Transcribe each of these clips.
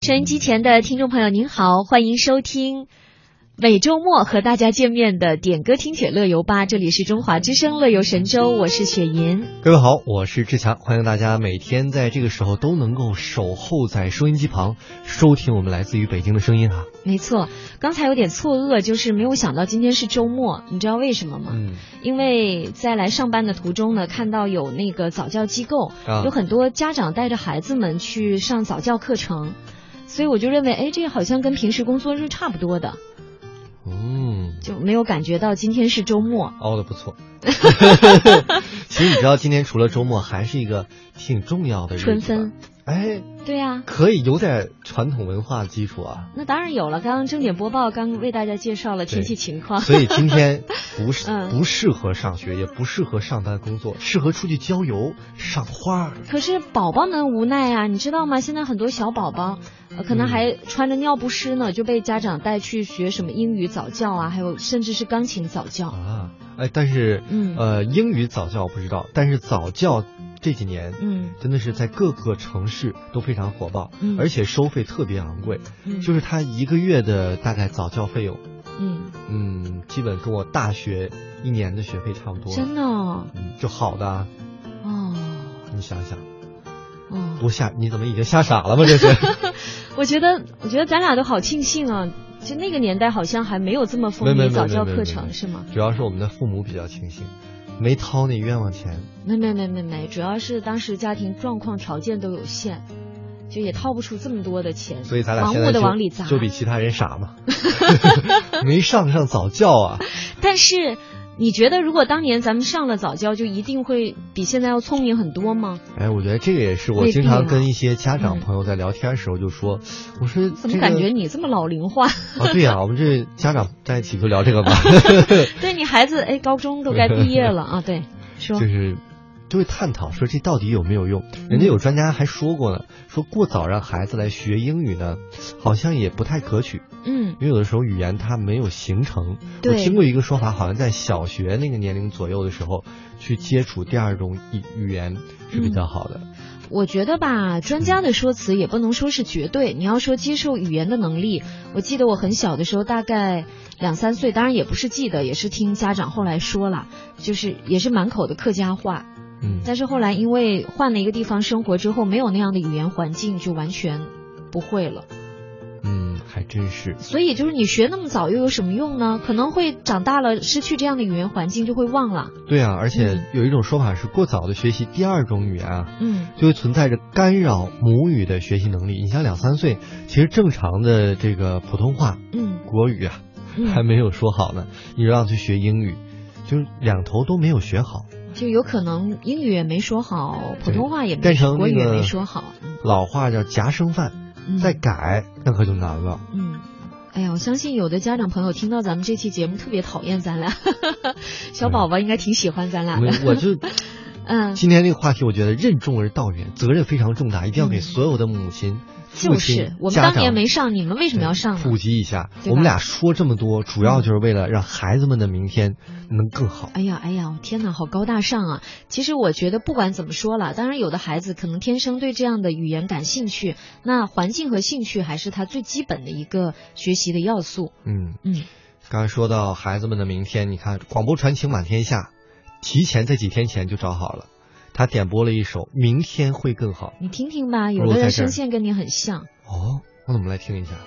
收音机前的听众朋友您好，欢迎收听每周末和大家见面的点歌听铁乐游吧，这里是中华之声乐游神州，我是雪银。 各位好，我是志强，欢迎大家每天在这个时候都能够守候在收音机旁，收听我们来自于北京的声音啊。 没错，刚才有点错愕，就是没有想到今天是周末，你知道为什么吗？因为在来上班的途中呢，看到有那个早教机构，有很多家长带着孩子们去上早教课程，所以我就认为，这好像跟平时工作日差不多的。就没有感觉到今天是周末。 熬得不错。其实你知道今天除了周末还是一个挺重要的日子， 春分。 对呀， 可以有点传统文化基础啊。 那当然有了，刚刚正点播报刚为大家介绍了天气情况。 所以今天不适合上学，也不适合上班工作，适合出去郊游赏花。 可是宝宝们无奈啊，你知道吗？现在很多小宝宝可能还穿着尿不湿呢，就被家长带去学什么英语早教啊，还有甚至是钢琴早教啊。但是英语早教我不知道，但是早教这几年真的是在各个城市都非常火爆，而且收费特别昂贵，就是他一个月的大概早教费用基本跟我大学1年的学费差不多。 真的就好的你想想多吓，你怎么已经吓傻了吗？这是我觉得咱俩都好庆幸啊，就那个年代好像还没有这么风靡早教课程，是吗？ 主要是我们的父母比较庆幸，没掏那冤枉钱。 没，主要是当时家庭状况条件都有限，就也掏不出这么多的钱， 所以咱俩现在往里砸， 就比其他人傻嘛。没上早教啊。 但是你觉得如果当年咱们上了早教，就一定会比现在要聪明很多吗？ 我觉得这个也是我经常跟一些家长朋友在聊天的时候就说，我说怎么感觉你这么老龄化？ 对呀，我们这家长在一起就聊这个吧。 对，你孩子高中都该毕业了啊，对，说就会探讨说这到底有没有用。人家有专家还说过呢，说过早让孩子来学英语呢，好像也不太可取。因为有的时候语言它没有形成。我听过一个说法，好像在小学那个年龄左右的时候去接触第二种语言是比较好的。 我觉得吧，专家的说辞也不能说是绝对。你要说接受语言的能力，我记得我很小的时候，大概2、3岁，当然也不是记得，也是听家长后来说了，就是也是满口的客家话。但是后来因为换了一个地方生活之后，没有那样的语言环境，就完全不会了。 还真是。所以就是你学那么早又有什么用呢？可能会长大了失去这样的语言环境就会忘了。 对啊，而且有一种说法是过早的学习第二种语言就会存在着干扰母语的学习能力。你像2、3岁，其实正常的这个普通话国语还没有说好呢，你让去学英语，就是两头都没有学好， 就有可能英语也没说好，普通话也没说，国语也没说好。 老话叫夹生饭，再改那可就难了。 我相信有的家长朋友听到咱们这期节目特别讨厌咱俩，小宝宝应该挺喜欢咱俩的。 我就今天这个话题我觉得任重而道远，责任非常重大，一定要给所有的母亲就是我们当年没上，你们为什么要上呢？ 普及一下。我们俩说这么多，主要就是为了让孩子们的明天能更好。 哎呀，天哪，好高大上啊！其实我觉得不管怎么说了，当然有的孩子可能天生对这样的语言感兴趣，那环境和兴趣还是他最基本的一个学习的要素。 刚才说到孩子们的明天，你看广播传情满天下，提前在几天前就找好了。他点播了一首《明天会更好》， 你听听吧，有的人声线跟你很像。 那我们来听一下。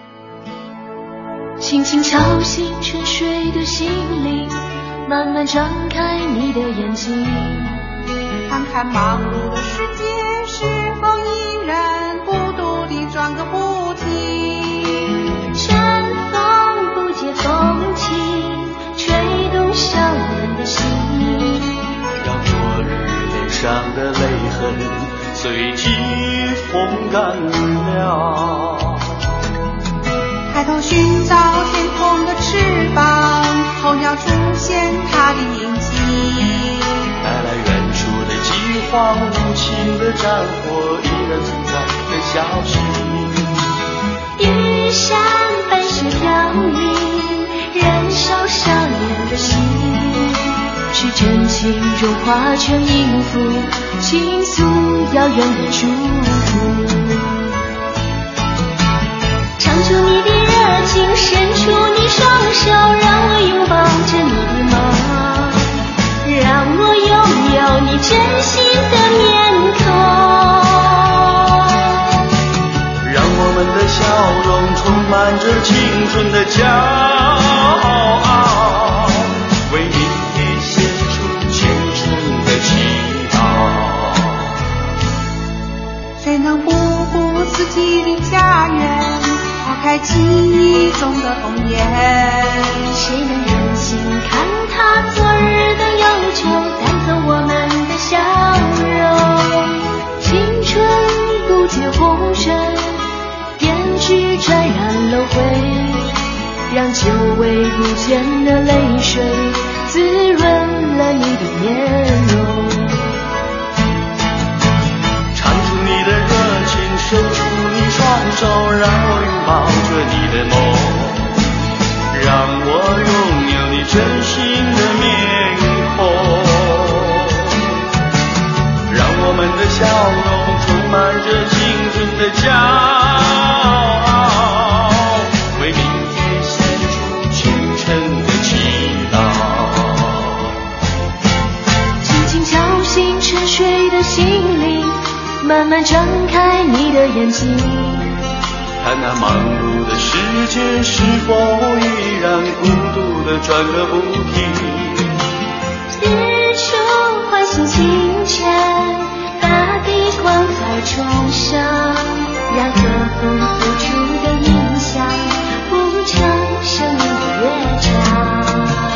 轻轻敲醒沉睡的心灵，慢慢张开你的眼睛， 看看忙碌的世界是否依然不独地转个不停， 春风不解风情，吹动少年的心， 让昨日脸上的泪痕随季风干了。 抬头寻找天空的翅膀，候鸟出现它的影迹， 带来远处的饥荒，无情的战火依然存在的消息。 雨伞伴随飘零，燃烧少年的心，是真情融化成音符，倾诉遥远的祝福。 真心的面孔。 让我们的笑容充满着青春的骄傲，为明天献出虔诚的祈祷。 谁能不顾自己的家园，抛开记忆中的红颜？ 谁能忍心看他昨日的忧愁带走我们的笑容？青春不解红尘，编织沾染了灰，让久违不见的泪水滋润了你的面容。 唱出你的热情，伸出你双手，让我拥抱着你的梦，让我拥有你真心的面孔，让我们的笑容充满着青春的骄傲，为明天献出虔诚的祈祷。 轻轻敲醒沉睡的心灵，慢慢睁开你的眼睛， 看那忙碌的世界是否依然孤独地转个不停。 日出唤醒清晨，大地光彩重生，让和风付出的印象谱成生命的乐章。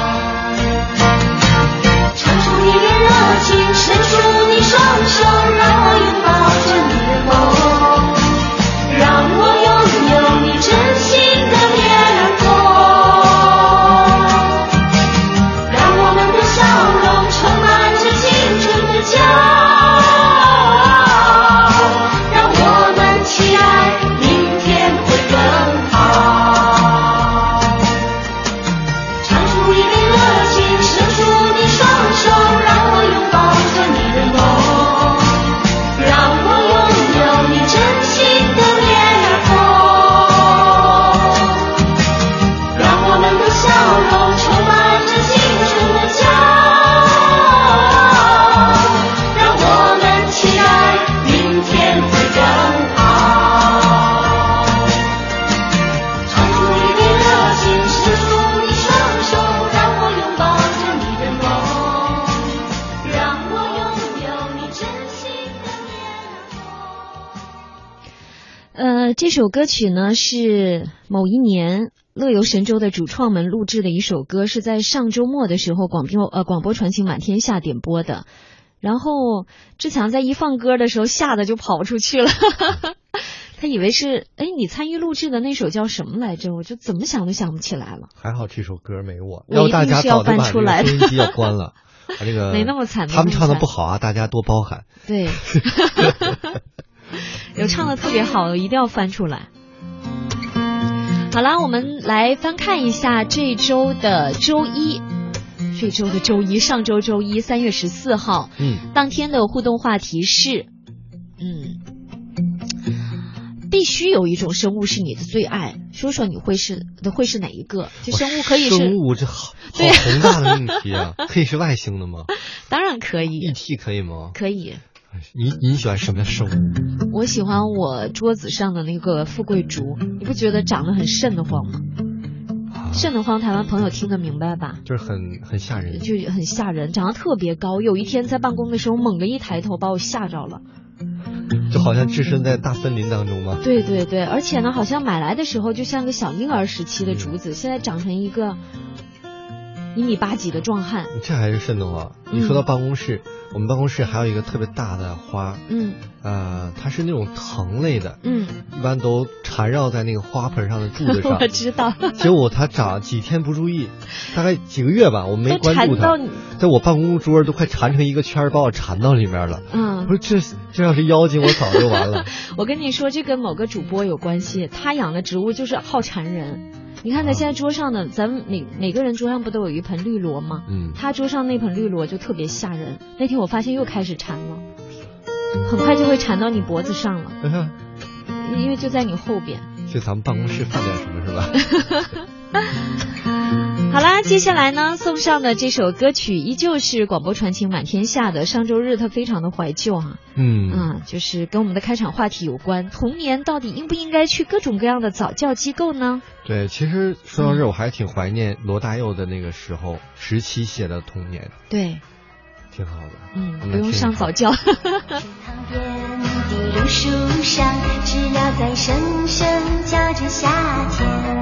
唱出你的热情，伸出你双手，让我拥抱着你的梦，让我拥有你真心的面孔，让我们的笑容充满着青春的骄傲，让我们期待明天会更好。唱出你的热情，伸出你双手，让我拥抱着你的梦，让我拥有你真心的面孔，让我们的笑容充满着青春的骄傲，让我们期待明天会更好。唱出你的热情，伸出你双手，让我拥抱着你的梦，让我拥有你真心的面孔。 这首歌曲呢是某一年乐游神州的主创们录制的一首歌，是在上周末的时候广播传情满天下点播的。然后志强在一放歌的时候吓得就跑出去了他以为是你参与录制的那首叫什么来着，我就怎么想都想不起来了。 还好这首歌没我， 要大家早就把出来收音机要关了把这个没那么惨， 他们唱的不好啊，大家多包涵。 对有唱的特别好的一定要翻出来。好啦，我们来翻看一下这周的周一，上周周一3月14号，当天的互动话题是，必须有一种生物是你的最爱，说说你会是哪一个？这生物可以是生物，这好宏大的命题啊！可以是外星的吗？ 当然可以。 ET 可以吗？ 可以。 你喜欢什么生物？ 我喜欢我桌子上的那个富贵竹，你不觉得长得很瘆得慌吗？瘆得慌，台湾朋友听得明白吧？ 就是很吓人， 就很吓人，长得特别高。有一天在办公的时候，猛地一抬头，把我吓着了。 就好像置身在大森林当中吗？ 对对对，而且呢，好像买来的时候就像个小婴儿时期的竹子，现在长成一个1.8米几的壮汉。 这还是瘆得慌。你说到办公室，我们办公室还有一个特别大的花，它是那种藤类的，一般都缠绕在那个花盆上的柱子上。 我知道。 结果它长几天不注意，大概几个月吧，我没关注它，在我办公桌都快缠成一个圈，把我缠到里面了。我说这要是妖精，我早就完了。 我跟你说，这跟某个主播有关系，他养的植物就是好缠人。你看他现在桌上的，咱们每个人桌上不都有一盆绿萝吗？他桌上那盆绿萝就特别吓人。那天我发现又开始缠了，很快就会缠到你脖子上了，因为就在你后边。 去咱们办公室放点什么是吧？ 好啦，接下来呢，送上的这首歌曲依旧是广播传情满天下的。上周日它非常的怀旧啊，就是跟我们的开场话题有关。童年到底应不应该去各种各样的早教机构呢？ 对，其实说到这，我还挺怀念罗大佑的那个时期写的童年。 对， 挺好的。 不用上早教。 池塘边的榕树上，知了在声声叫着夏天。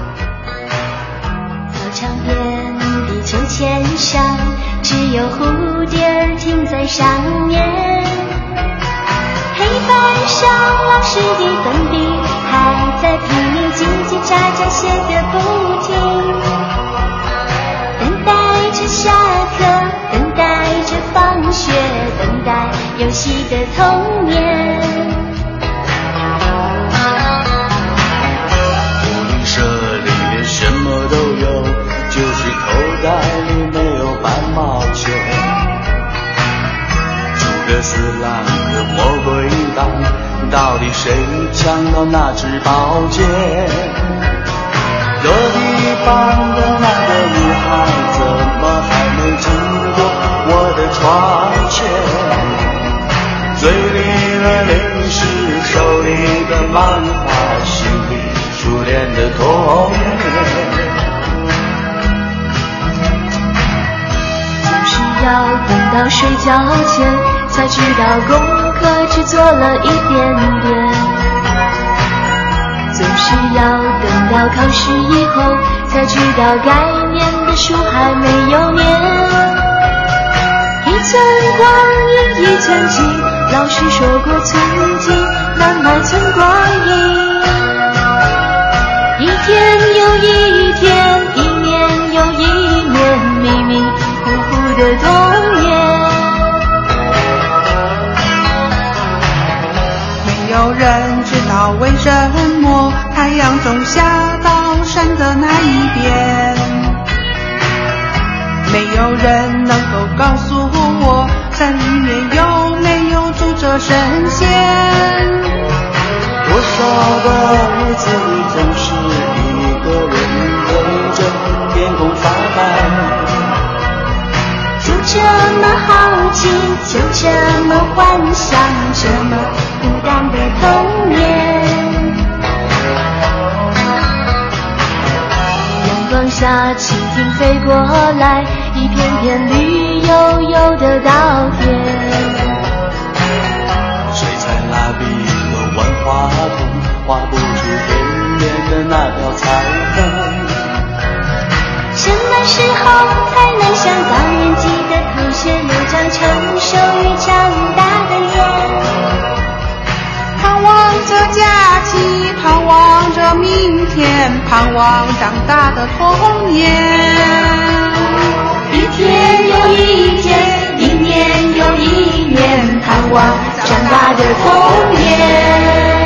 操场边的秋千上，只有蝴蝶儿停在上面。黑板上老师的粉笔还在拼命叽叽喳喳写个不停，等待着下课，等待着放学，等待游戏的童年。 旅社里面什么都有，就是口袋里没有半毛钱。诸葛四郎和魔鬼党，到底谁抢到那支宝剑？隔壁班的那个女孩怎么还没经过我的窗前？嘴里的零食，手里的漫画，心里初恋的童年。 总是要等到睡觉前才知道功课只做了一点点，总是要等到考试以后才知道该念的书还没有念。一寸光阴一寸金，老师说过寸金难买寸光阴。一天又一天，一年又一年，迷迷糊糊的童年。 没有人知道为什么太阳总下到山的那一边，没有人能够告诉我山里面有没有住着神仙。 多少个日子里总是一个人围着天空发呆， 就这么好奇，就这么幻想，这么孤单的童年。阳光下蜻蜓飞过来，一片片绿油油的稻田。 水彩蜡笔和万花筒画不出天边的那条彩虹。 什么时候才能像大人记得同学有张成熟与长大的脸？ 盼望着假期，盼望着明天，盼望长大的童年。 一天又一天，一年又一年，盼望长大的童年。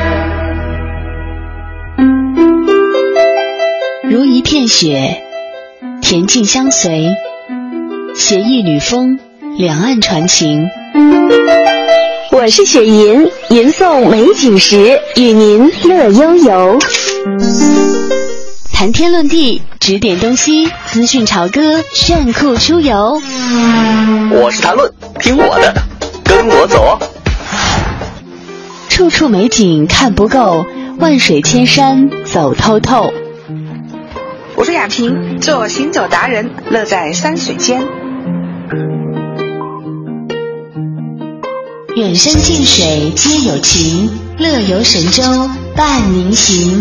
如一片雪，恬静相随，携一缕风，两岸传情。 我是雪吟，吟诵美景时，与您乐悠悠。 谈天论地，指点东西，资讯潮歌，炫酷出游。 我是谈论，听我的，跟我走。 处处美景看不够，万水千山走透透。 我是雅萍，做行走达人，乐在山水间。 远山近水皆有情，乐游神州伴您行。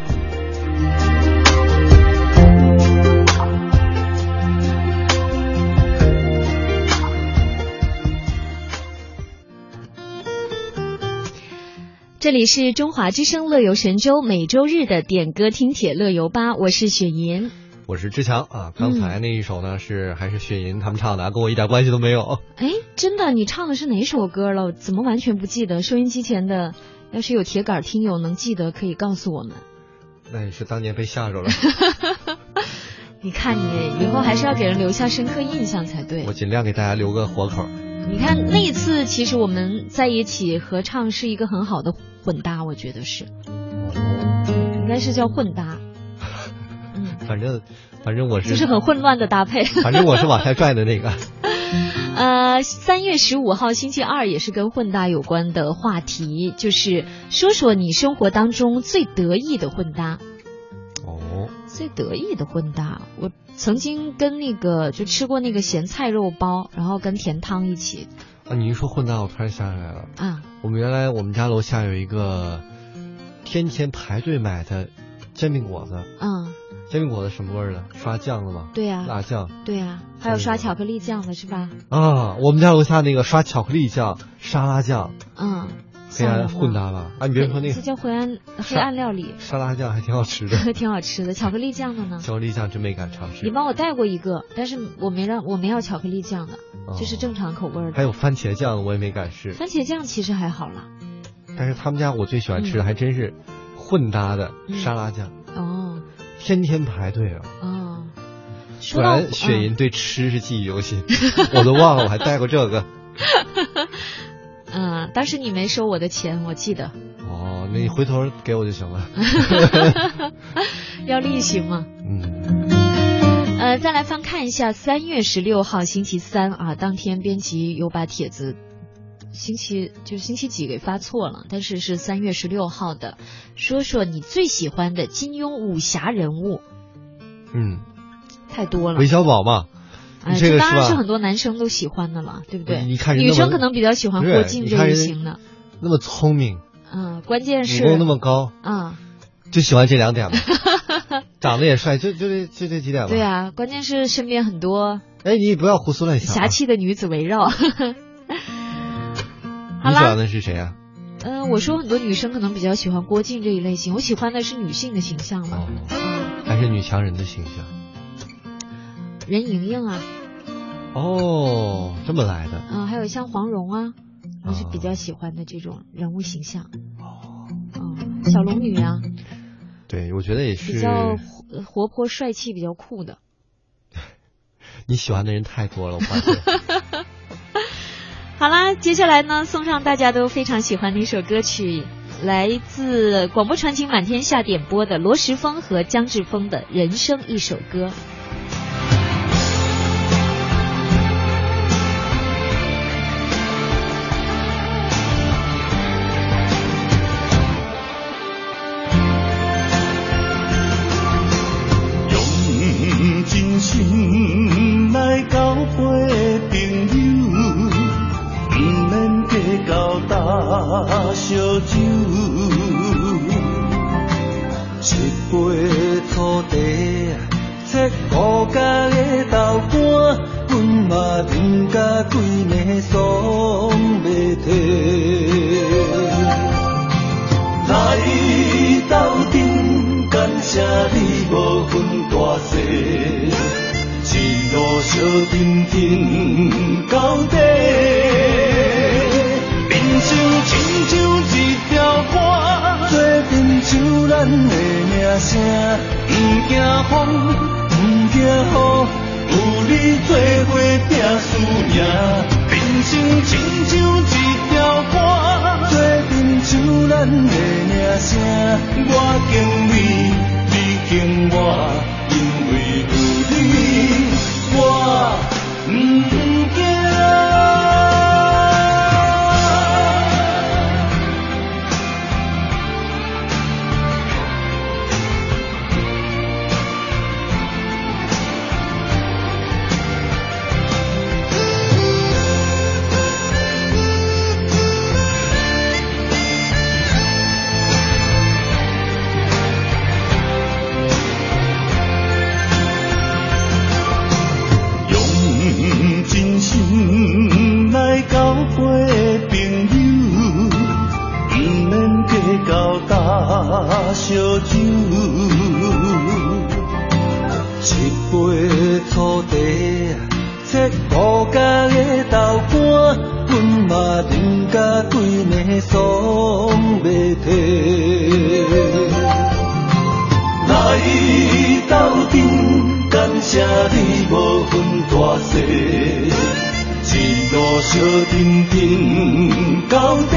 这里是中华之声乐游神州每周日的点歌听帖乐游吧，我是雪吟， 我是志强啊。刚才那一首呢还是雪吟他们唱的，跟我一点关系都没有。 哎，真的，你唱的是哪首歌了？怎么完全不记得？收音机前的要是有铁杆听友能记得，可以告诉我们。 那也是当年被吓着了。 你看你以后还是要给人留下深刻印象才对。 我尽量给大家留个活口。 你看那一次其实我们在一起合唱是一个很好的混搭，我觉得是应该是叫混搭。 反正我是就是很混乱的搭配。 反正我是往下拽的那个。 3月15号星期二也是跟混搭有关的话题，就是说说你生活当中最得意的混搭。 哦， 最得意的混搭，我曾经跟那个就吃过那个咸菜肉包，然后跟甜汤一起。 你一说混搭，我突然想起来了啊， 我们家楼下有一个天天排队买的煎饼果子。煎饼果子什么味儿的？刷酱的吗？ 对呀， 辣酱。 对呀，还有刷巧克力酱的是吧？ 我们家楼下那个刷巧克力酱、沙拉酱，黑暗混搭吧？你别说那个， 这叫黑暗料理。 沙拉酱还挺好吃的， 挺好吃的。巧克力酱的呢？ 巧克力酱真没敢尝试。 你帮我带过一个，但是我没要巧克力酱的，就是正常口味的。 还有番茄酱，我也没敢试。 番茄酱其实还好啦， 但是他们家我最喜欢吃的还真是混搭的沙拉酱。天天排队啊！果然雪银对吃是记忆犹新，我都忘了我还带过这个。 当时你没收我的钱，我记得。 那你回头给我就行了。 要利息吗？再来翻看一下3月16号星期三啊，当天编辑有把帖子星期几给发错了，但是是3月16号的。说说你最喜欢的金庸武侠人物。太多了。韦小宝嘛， 这当然是很多男生都喜欢的了，对不对？ 你看女生可能比较喜欢郭靖这一型的。 那么聪明， 关键是武功那么高，就喜欢这2点吧。长得也帅，就这几点吧。 对啊，关键是身边很多你不要胡思乱想， 侠气的女子围绕。 你喜欢的是谁啊？ 我说很多女生可能比较喜欢郭靖这一类型，我喜欢的是女性的形象嘛。 还是女强人的形象？ 任盈盈啊。 这么来的。 还有像黄蓉啊，我是比较喜欢的这种人物形象。小龙女啊。 对，我觉得也是比较活泼帅气，比较酷的。 你喜欢的人太多了，我发现。 好啦，接下来呢，送上大家都非常喜欢的一首歌曲，来自广播传情满天下点播的罗时丰和姜志峰的《人生一首歌》。 用真心来交陪朋友，不免计较大小酒，一杯土地切五角的豆干，阮嘛饮甲几暝爽袂退。来斗阵，感谢你无分大小，一路相甜甜到底。人生亲像一条歌，做阵像咱的名声，不惊风，不惊雨，有你做伙拼思命。人生亲像一条歌，做阵像咱的名声，我敬你，你敬我，因为有你，我不惊。真心来交陪朋友，不免计较大小酒，一杯土地切五角的豆干，阮嘛饮甲几暝爽袂退。来斗阵，感谢你无分大小，一路相甜甜到底。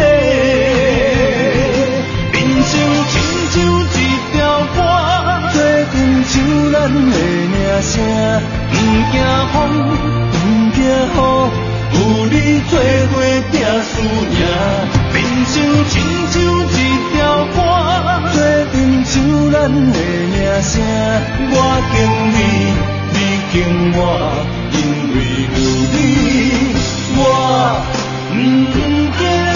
人生亲像一条歌，做阵像咱咱的名声，不惊风，不惊雨，有你做伙拼输赢。人生亲像一条歌，做阵唱咱的名声。我敬你，你敬我，因为有你，我不惊。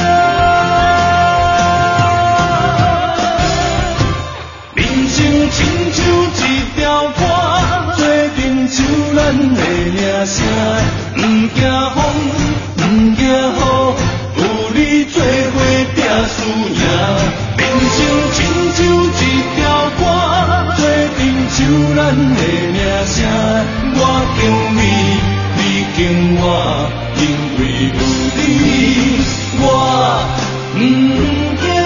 亲像一条歌，做阵唱咱的名声，不惊风，不惊雨，有你做伙拼输赢。人生亲像一条歌，做阵唱咱的名声。我敬你，你敬我，因为有你，我不惊。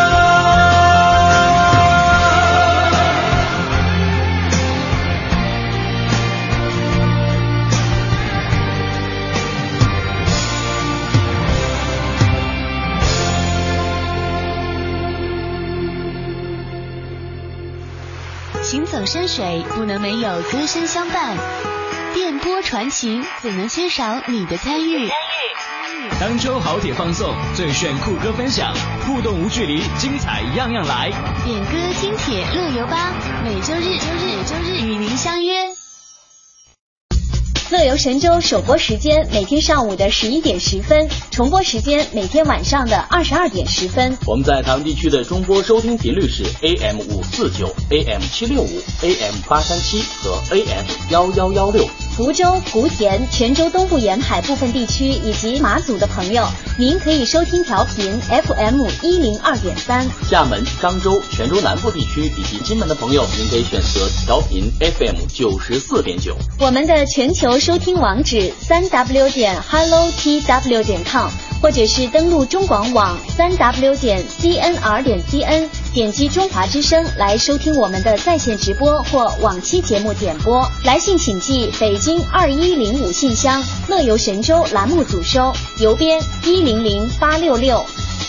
行走山水不能没有歌声相伴，电波传情怎能缺少你的参与？ 当周好帖放送，最炫酷歌分享，互动无距离，精彩样样来。 点歌听帖乐游吧，每周日与您相约。 乐游神州首播时间每天上午的11点10分，重播时间每天晚上的22点10分。 我们在台湾地区的中波收听频率是 AM549、AM765、AM837 和 AM1116。 福州、莆田、泉州东部沿海部分地区以及马祖的朋友，您可以收听调频 FM102.3。 厦门、漳州、泉州南部地区以及金门的朋友，您可以选择调频 FM94.9。 我们的全球收听网址3w.hellotw.com， 或者是登录中广网3w.cnr.cn， 点击中华之声来收听我们的在线直播或往期节目点播。来信请寄北京2105信箱，乐游神州栏目组收，邮编100866。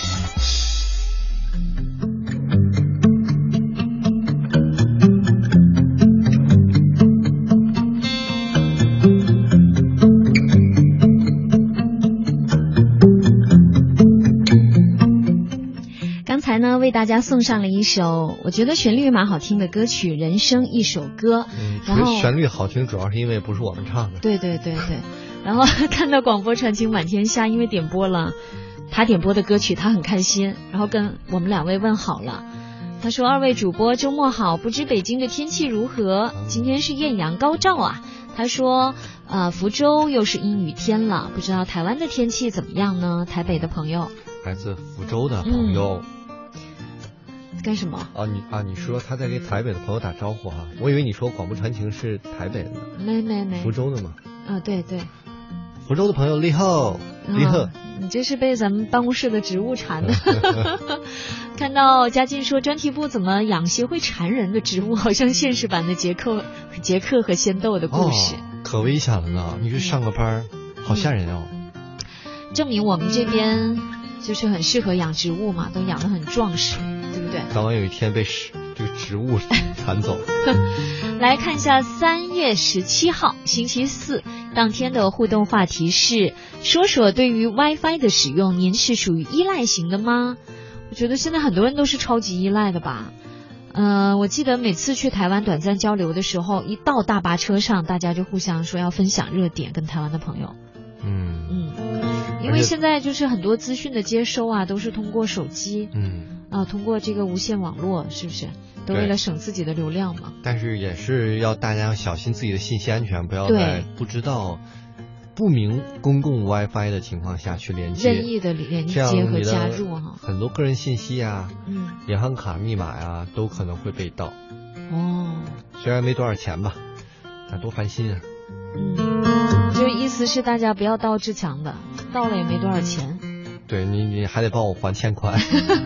为大家送上了一首我觉得旋律蛮好听的歌曲《人生一首歌》，然后旋律好听主要是因为不是我们唱的。 对，然后看到广播传情满天下，因为点播了他点播的歌曲，他很开心，然后跟我们两位问好了。他说2位主播周末好，不知北京的天气如何？今天是艳阳高照啊。他说福州又是阴雨天了，不知道台湾的天气怎么样呢？台北的朋友， 来自福州的朋友干什么？ 你说他在给台北的朋友打招呼啊？我以为你说广播传情是台北的。 没， 福州的嘛。 对， 福州的朋友厉害， 你这是被咱们办公室的植物缠的。看到嘉靖说专题部怎么养些会缠人的植物，好像现实版的杰克和仙豆的故事。 可危险了呢！你这上个班好吓人哦。 证明我们这边就是很适合养植物嘛，都养得很壮实，对不对？ 早晚有一天被这个植物缠走。 来看一下3月17号星期四当天的互动话题是说说对于 WiFi 的使用，您是属于依赖型的吗？我觉得现在很多人都是超级依赖的吧。我记得每次去台湾短暂交流的时候，一到大巴车上，大家就互相说要分享热点，跟台湾的朋友。因为现在就是很多资讯的接收啊，都是通过手机，通过这个无线网络，是不是？都为了省自己的流量嘛。 但是也是要大家要小心自己的信息安全，不要在不知道不明公共 WiFi 的情况下去连接， 任意的连接和加入哈。 很多个人信息啊，银行卡密码呀，都可能会被盗。虽然没多少钱吧，但多烦心啊。 就意思是大家不要盗志强的，盗了也没多少钱。 对，你还得帮我还欠款。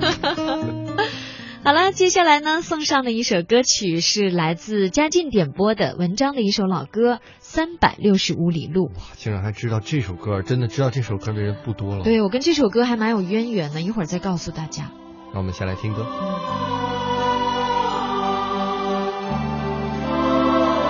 好了，接下来呢，送上的一首歌曲是来自嘉靖点播的文章的一首老歌《365里路》。 哇，竟然还知道这首歌，真的知道这首歌的人不多了。 对，我跟这首歌还蛮有渊源的，一会儿再告诉大家。 那我们先来听歌。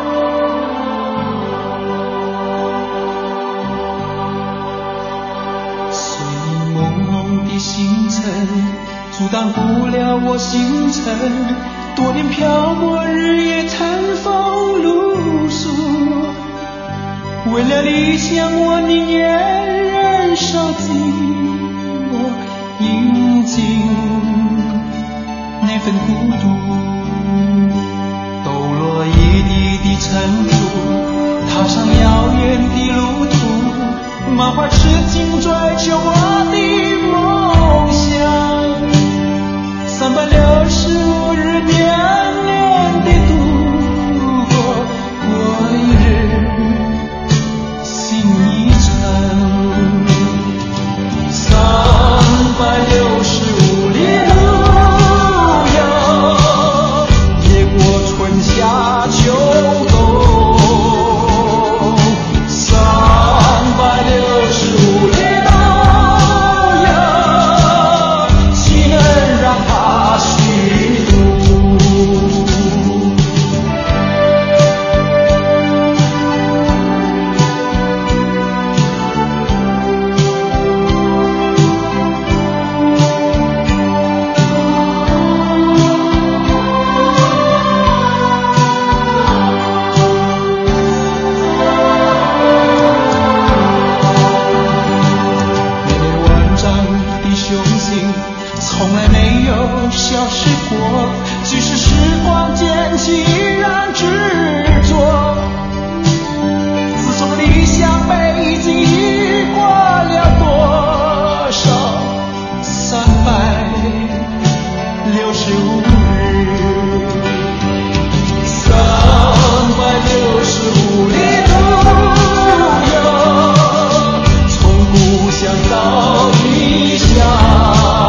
星辰，多年漂泊，日夜餐风露宿。为了理想，我宁愿燃烧寂寞，饮尽那份孤独。抖落一地的尘土，踏上遥远的路途，满怀痴情追求我的梦想。365日年年的度过，过一日心一程。365里路遥，越过春夏秋冬。365里路遥，岂能让它虚度？从来没有消失过，即使时光渐去，依然执着。自从理想北京，已过了多少365日？365里路遥，从故乡到理想。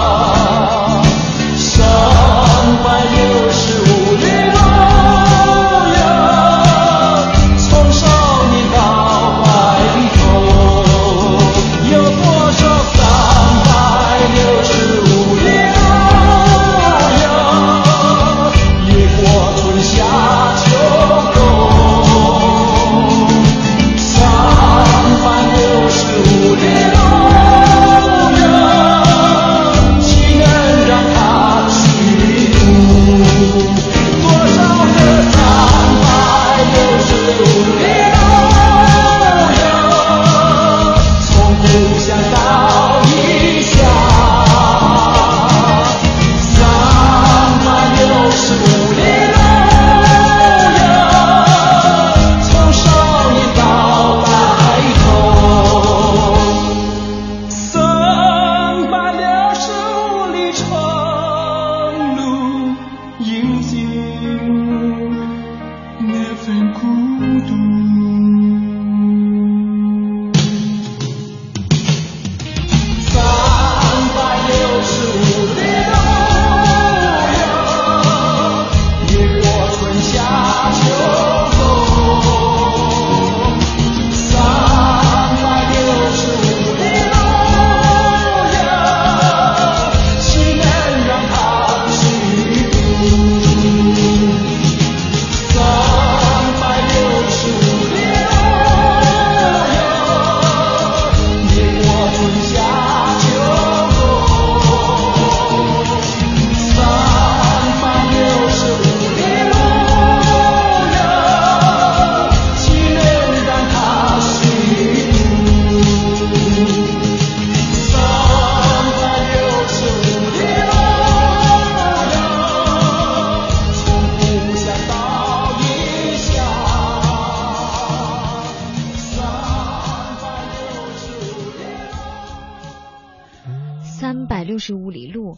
365里路。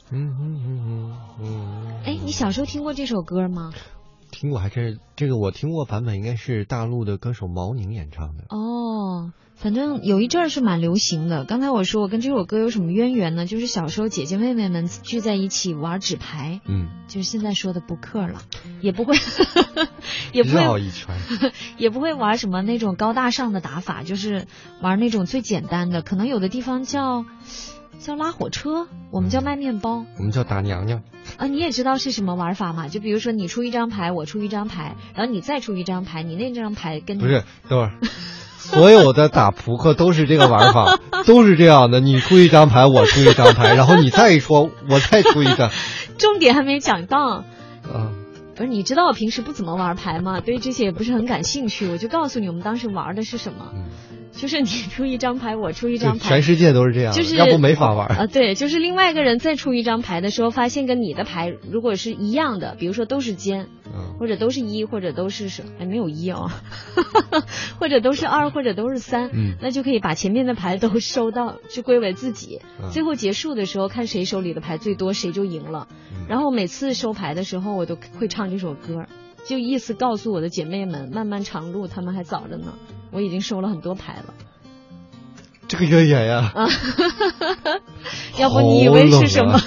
哎，你小时候听过这首歌吗？ 听过，还真是这个我听过版本，应该是大陆的歌手毛宁演唱的。 哦，反正有一阵儿是蛮流行的。刚才我说我跟这首歌有什么渊源呢？就是小时候姐姐妹妹们聚在一起玩纸牌，就是现在说的扑克了，也不会也不会绕一圈， 也不会玩什么那种高大上的打法，就是玩那种最简单的，可能有的地方叫拉火车，我们叫卖面包， 我们叫打娘娘啊。你也知道是什么玩法吗？就比如说你出一张牌，我出一张牌，然后你再出一张牌，你那张牌跟不是，等会儿所有的打扑克都是这个玩法，都是这样的，你出一张牌，我出一张牌，然后你再说，我再出一张。 重点还没讲到。不是，你知道我平时不怎么玩牌吗？对这些也不是很感兴趣。我就告诉你，我们当时玩的是什么。就是你出一张牌，我出一张牌， 全世界都是这样， 就是要不没法玩对，就是另外一个人再出一张牌的时候，发现跟你的牌如果是一样的，比如说都是尖，或者都是1，或者都是没有1哦，或者都是2，或者都是3，那就可以把前面的牌都收到，就归为自己。最后结束的时候，看谁手里的牌最多，谁就赢了。然后每次收牌的时候，我都会唱这首歌。就意思告诉我的姐妹们，漫漫长路他们还早着呢，我已经收了很多牌了。 这个越演呀要不你以为是什么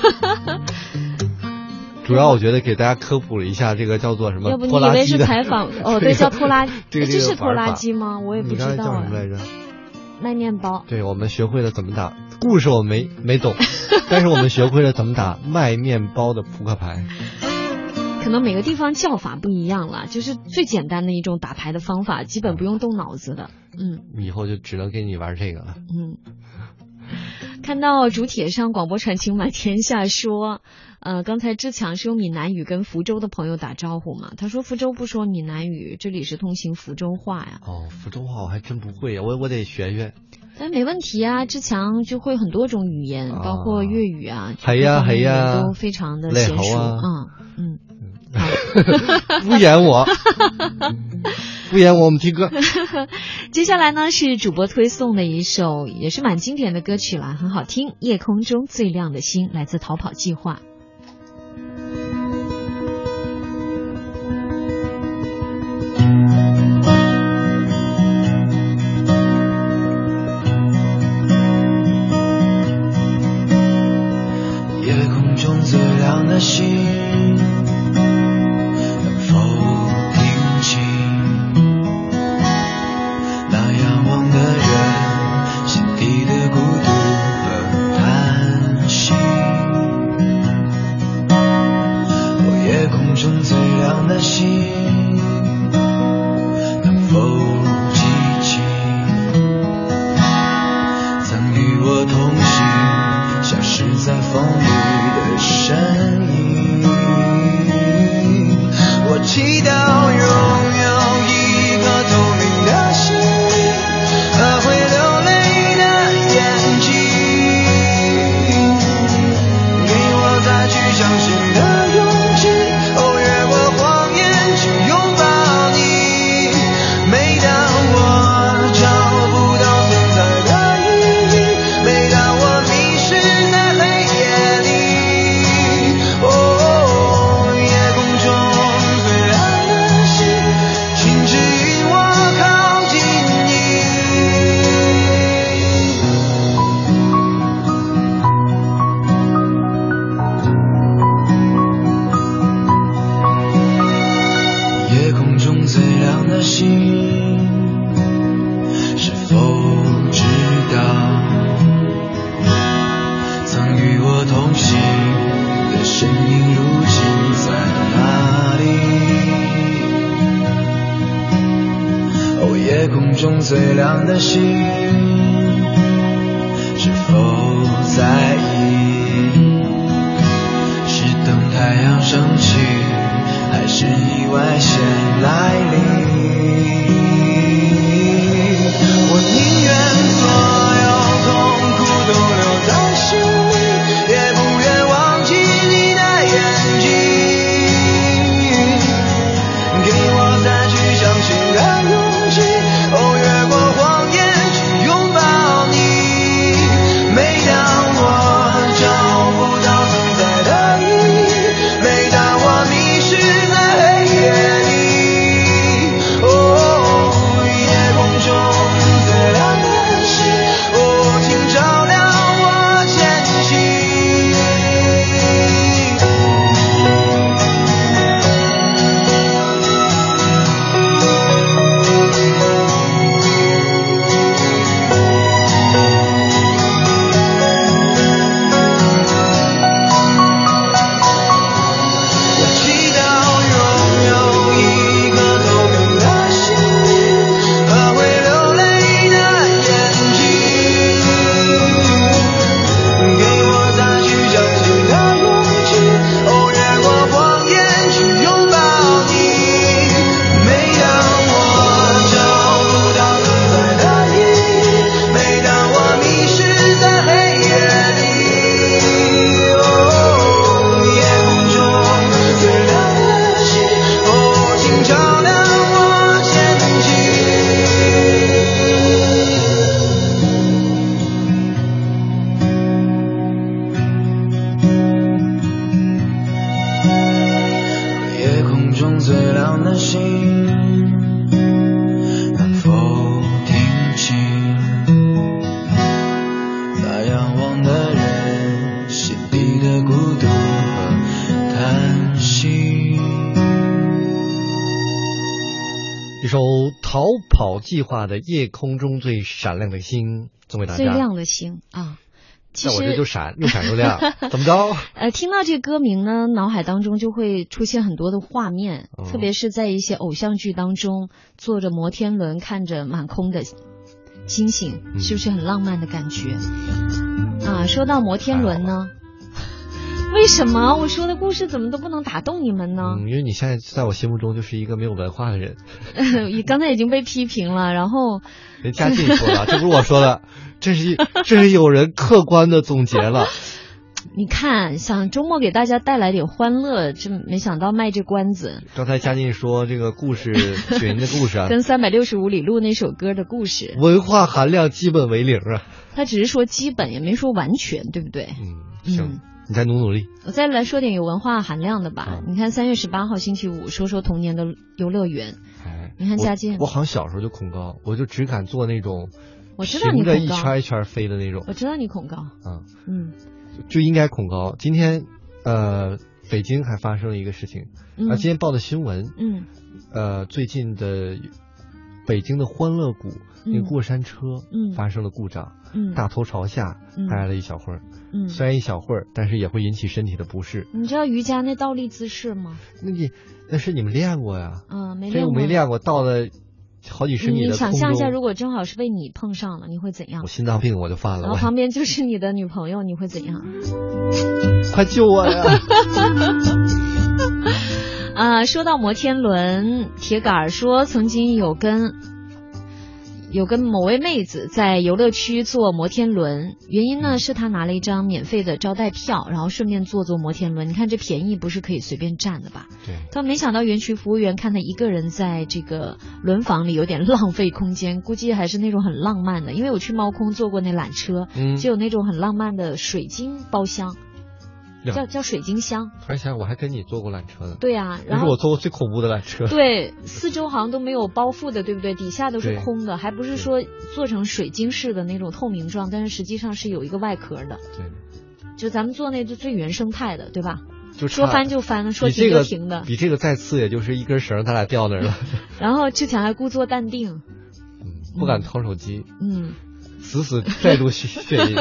主要我觉得给大家科普了一下这个叫做什么， 要不你以为是采访对，叫拖拉这是拖拉机吗？我也不知道。 你刚才叫什么来着？ 卖面包。 对，我们学会了怎么打故事，我没懂但是我们学会了怎么打卖面包的扑克牌。 可能每个地方叫法不一样了，就是最简单的一种打牌的方法，基本不用动脑子的。 以后就只能给你玩这个了。 看到主帖上广播传情满天下说，刚才志强是用闽南语跟福州的朋友打招呼嘛？他说福州不说闽南语，这里是通行福州话呀。 福州话我还真不会呀，我得学学。 但没问题啊，志强就会很多种语言，包括粤语啊， 系呀， 都非常的娴熟。 敷衍我敷衍我们听歌。 接下来呢是主播推送的一首也是蛮经典的歌曲啦，很好听，夜空中最亮的星，来自逃跑计划。 夜空中最亮的星，最亮的星，是否在意？是等太阳升起，还是意外先来临？我宁愿所有痛苦都留在心里，也不愿忘记你的眼睛。给我再去相信的勇气。越过谎言去拥抱你，每当我找不到存在的意义，每当我迷中最亮的星，能否听清那仰望的人心底的孤独和叹息。 一首逃跑计划的夜空中最闪亮的星送给大家。 最亮的星啊， 在我这就闪，又闪又亮，怎么着？ 听到这歌名呢，脑海当中就会出现很多的画面，特别是在一些偶像剧当中，坐着摩天轮看着满空的星星，是不是很浪漫的感觉？啊，说到摩天轮呢，为什么我说的故事怎么都不能打动你们呢？ 因为你现在在我心目中就是一个没有文化的人。 刚才已经被批评了，然后人家这说的，这不是我说的，这是有人客观的总结了。 你看，想周末给大家带来点欢乐，这没想到卖这关子。 刚才嘉靖说这个故事，雪莹的故事啊， 跟365里路那首歌的故事， 文化含量基本为零啊。 他只是说基本，也没说完全，对不对？ 行。你再努力。 我再来说点有文化含量的吧。你看3月18号星期五，说童年的游乐园。你看嘉靖， 我好像小时候就恐高，我就只敢做那种， 我知道你恐高， 一圈一圈飞的那种。 我知道你恐高。 就应该恐高。今天北京还发生了一个事情，今天报的新闻，最近的北京的欢乐谷那个过山车发生了故障，大头朝下拍了一小会儿，虽然一小会儿，但是也会引起身体的不适。 你知道瑜伽那倒立姿势吗？ 那是你们练过呀？ 没练过。 这我没练过，到了好几十米的空中。 你想象一下，如果正好是被你碰上了，你会怎样？ 我心脏病我就犯了。 然后旁边就是你的女朋友，你会怎样？ 快救我呀！ 说到摩天轮，铁杆说曾经有跟某位妹子在游乐区坐摩天轮，原因呢是她拿了一张免费的招待票，然后顺便坐摩天轮。你看这便宜不是可以随便占的吧？ 对。 他没想到园区服务员看他一个人在这个轮房里有点浪费空间，估计还是那种很浪漫的。因为我去猫空坐过那缆车，就有那种很浪漫的水晶包厢。叫水晶箱。 突然想，我还跟你坐过缆车呢。 对呀，然后是我坐过最恐怖的缆车。 对，四周好像都没有包覆的，对不对？底下都是空的，还不是说做成水晶式的那种透明状，但是实际上是有一个外壳的。 对， 就咱们坐那就最原生态的，对吧？ 就说翻就翻，说停就停的。 比这个再次，也就是一根绳，咱俩掉那儿了。 然后志强还故作淡定， 不敢掏手机，死死拽住雪莹。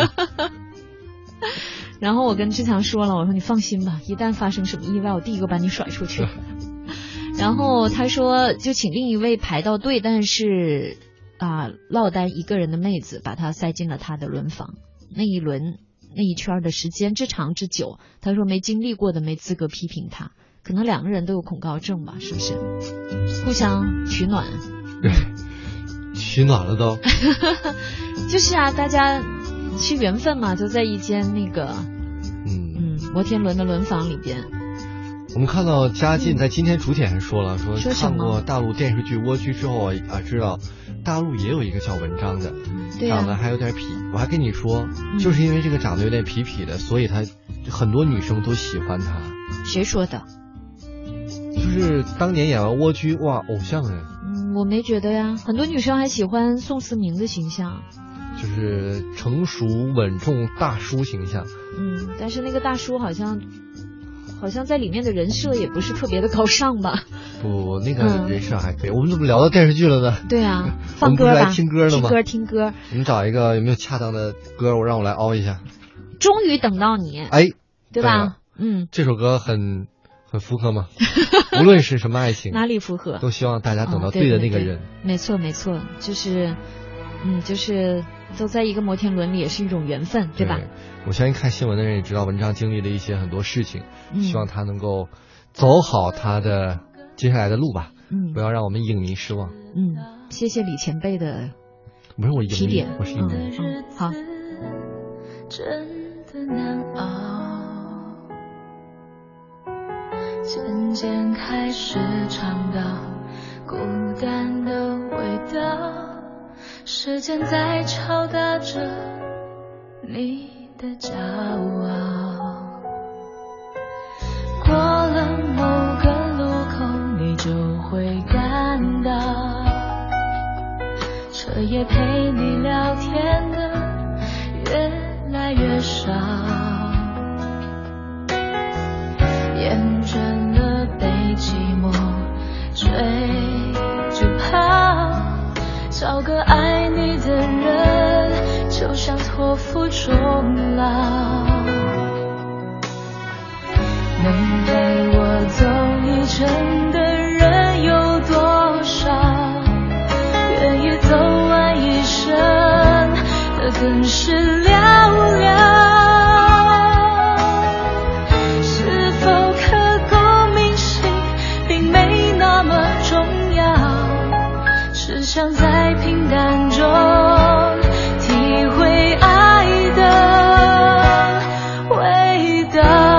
然后我跟志强说了，我说你放心吧，一旦发生什么意外，我第一个把你甩出去。然后他说就请另一位排到队，但是落单一个人的妹子把他塞进了他的轮房。那一圈的时间之长之久，他说没经历过的没资格批评他，可能两个人都有恐高症吧，是不是？互相取暖。 取暖了都。 就是啊，大家是缘分嘛，就在一间那个摩天轮的轮房里边。 我们看到嘉靖在今天主帖还说了，说看过大陆电视剧《蜗居》之后知道大陆也有一个叫文章的，长得还有点痞。我还跟你说，就是因为这个长得有点痞痞的，所以他很多女生都喜欢他。 谁说的？ 就是当年演完《蜗居》，哇，偶像人。 我没觉得呀，很多女生还喜欢宋思明的形象。 就是成熟稳重大叔形象。 但是那个大叔好像在里面的人设也不是特别的高尚吧？ 不，那个人设还可以。我们怎么聊到电视剧了呢？ 对啊，放歌吧， 来听歌了吗？ 听歌。 我们找一个有没有恰当的歌，让我来凹一下。 终于等到你，对吧？ 这首歌很符合吗？无论是什么爱情， 哪里符合？ 都希望大家等到对的那个人。 没错，就是都在一个摩天轮里，也是一种缘分，对吧？ 我相信看新闻的人也知道文章经历了一些很多事情，希望他能够走好他的接下来的路吧，不要让我们影迷失望。 谢谢李前辈的不是我提点， 我是影迷。 好。 真的难熬，渐渐开始尝到孤单的味道。时间在敲打着你的骄傲，过了某个路口， 彻夜陪你聊天的越来越少，厌倦了被寂寞追着跑，找个爱你的人就像托付终老，能陪我走一程的人有多少，愿意走完一生的更是寥寥，是否刻骨铭心并没那么重要，只想在平淡中体会爱的味道。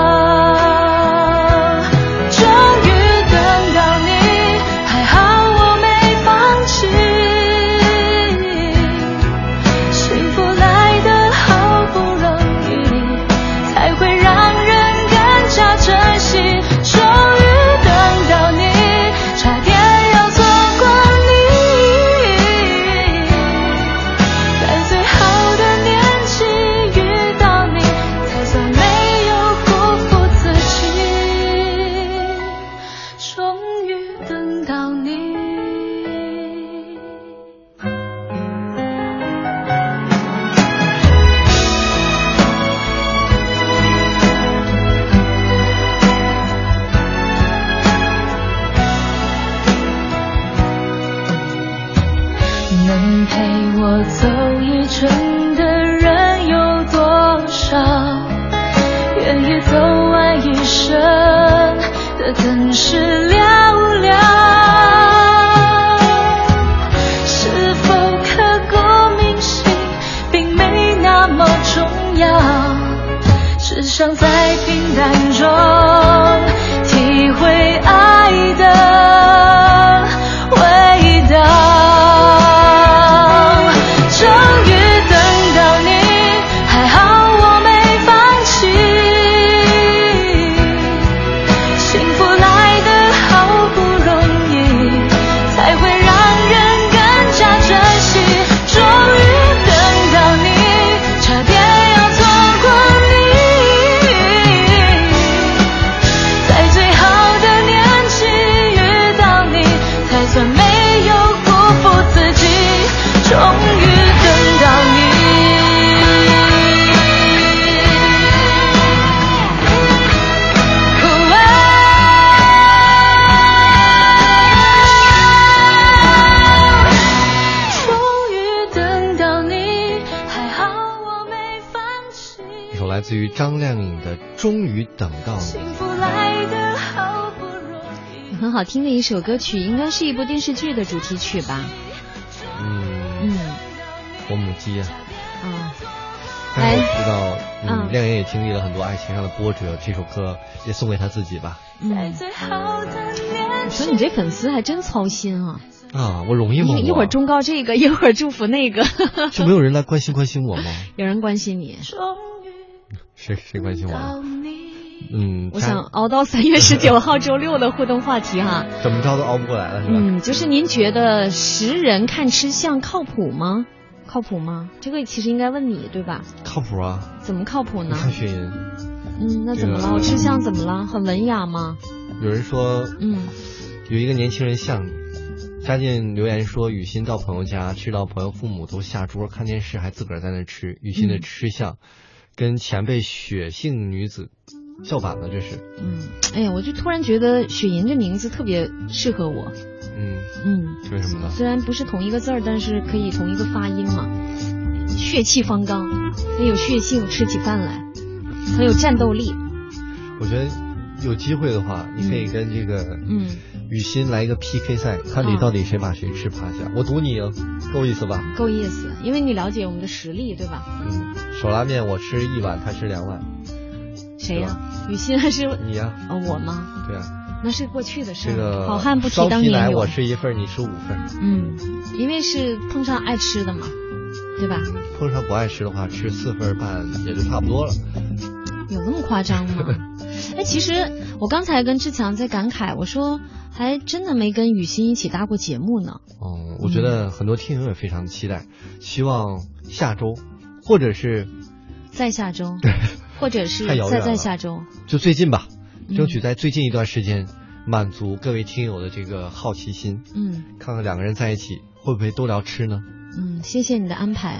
更是寥寥，是否刻骨铭心并没那么重要，只想在平淡中体会爱的味道。 来自于张靓颖的《终于等到你》， 很好听的一首歌曲，应该是一部电视剧的主题曲吧。 火母鸡啊。但是我知道，靓颖也经历了很多爱情上的波折，这首歌也送给她自己吧。 我说你这粉丝还真操心啊。 我容易吗？ 一会儿忠告这个，一会儿祝福那个。 就没有人来关心我吗？ 有人关心你。 谁关心我了？ 我想熬到3月19号周六的互动话题哈。 怎么着都熬不过来了是吧？ 就是您觉得识人看吃相靠谱吗？靠谱吗？这个其实应该问你对吧？ 靠谱啊。 怎么靠谱呢？ 看雪银。 那怎么了？我吃相怎么了？很文雅吗？ 有人说，有一个年轻人像你。嘉靖留言说，雨欣到朋友家吃到朋友父母都下桌看电视，还自个儿在那吃。雨欣的吃相跟前辈雪姓女子叫板了，这是。 哎呀，我就突然觉得雪银这名字特别适合我。 为什么呢？ 虽然不是同一个字儿，但是可以同一个发音嘛。血气方刚，很有血性，吃起饭来很有战斗力。 我觉得有机会的话，你可以跟这个雨欣来一个 PK 赛，看你到底谁把谁吃趴下。我赌你赢，够意思吧？ 够意思，因为你了解我们的实力，对吧？ 手拉面我吃1碗，他吃2碗。 谁呀？雨欣还是你呀？ 我吗？ 对啊。 那是过去的事。 这个好汉不提当年勇。 烧皮奶我吃1份，你吃5份。 因为是碰上爱吃的嘛，对吧？ 碰上不爱吃的话，吃4份半也就差不多了。 有那么夸张吗？其实我刚才跟志强在感慨，我说还真的没跟雨欣一起搭过节目呢。 我觉得很多听友也非常期待，希望下周或者是再下周，或者是再下周， 就最近吧，争取在最近一段时间满足各位听友的这个好奇心。看看两个人在一起会不会都聊吃呢？ 谢谢你的安排。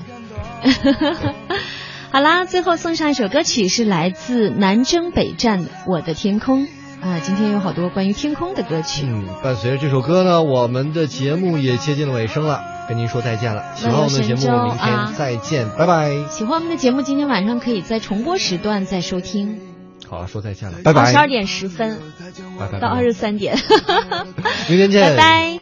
好啦，最后送上一首歌曲，是来自南征北战《我的天空》今天有好多关于天空的歌曲。 伴随着这首歌呢，我们的节目也接近了尾声了，跟您说再见了。喜欢我们的节目，明天再见，拜拜。 喜欢我们的节目，今天晚上可以在重播时段再收听。 好了，说再见了，拜拜。 12点10分， 拜拜， 到23点， 明天见， 拜拜。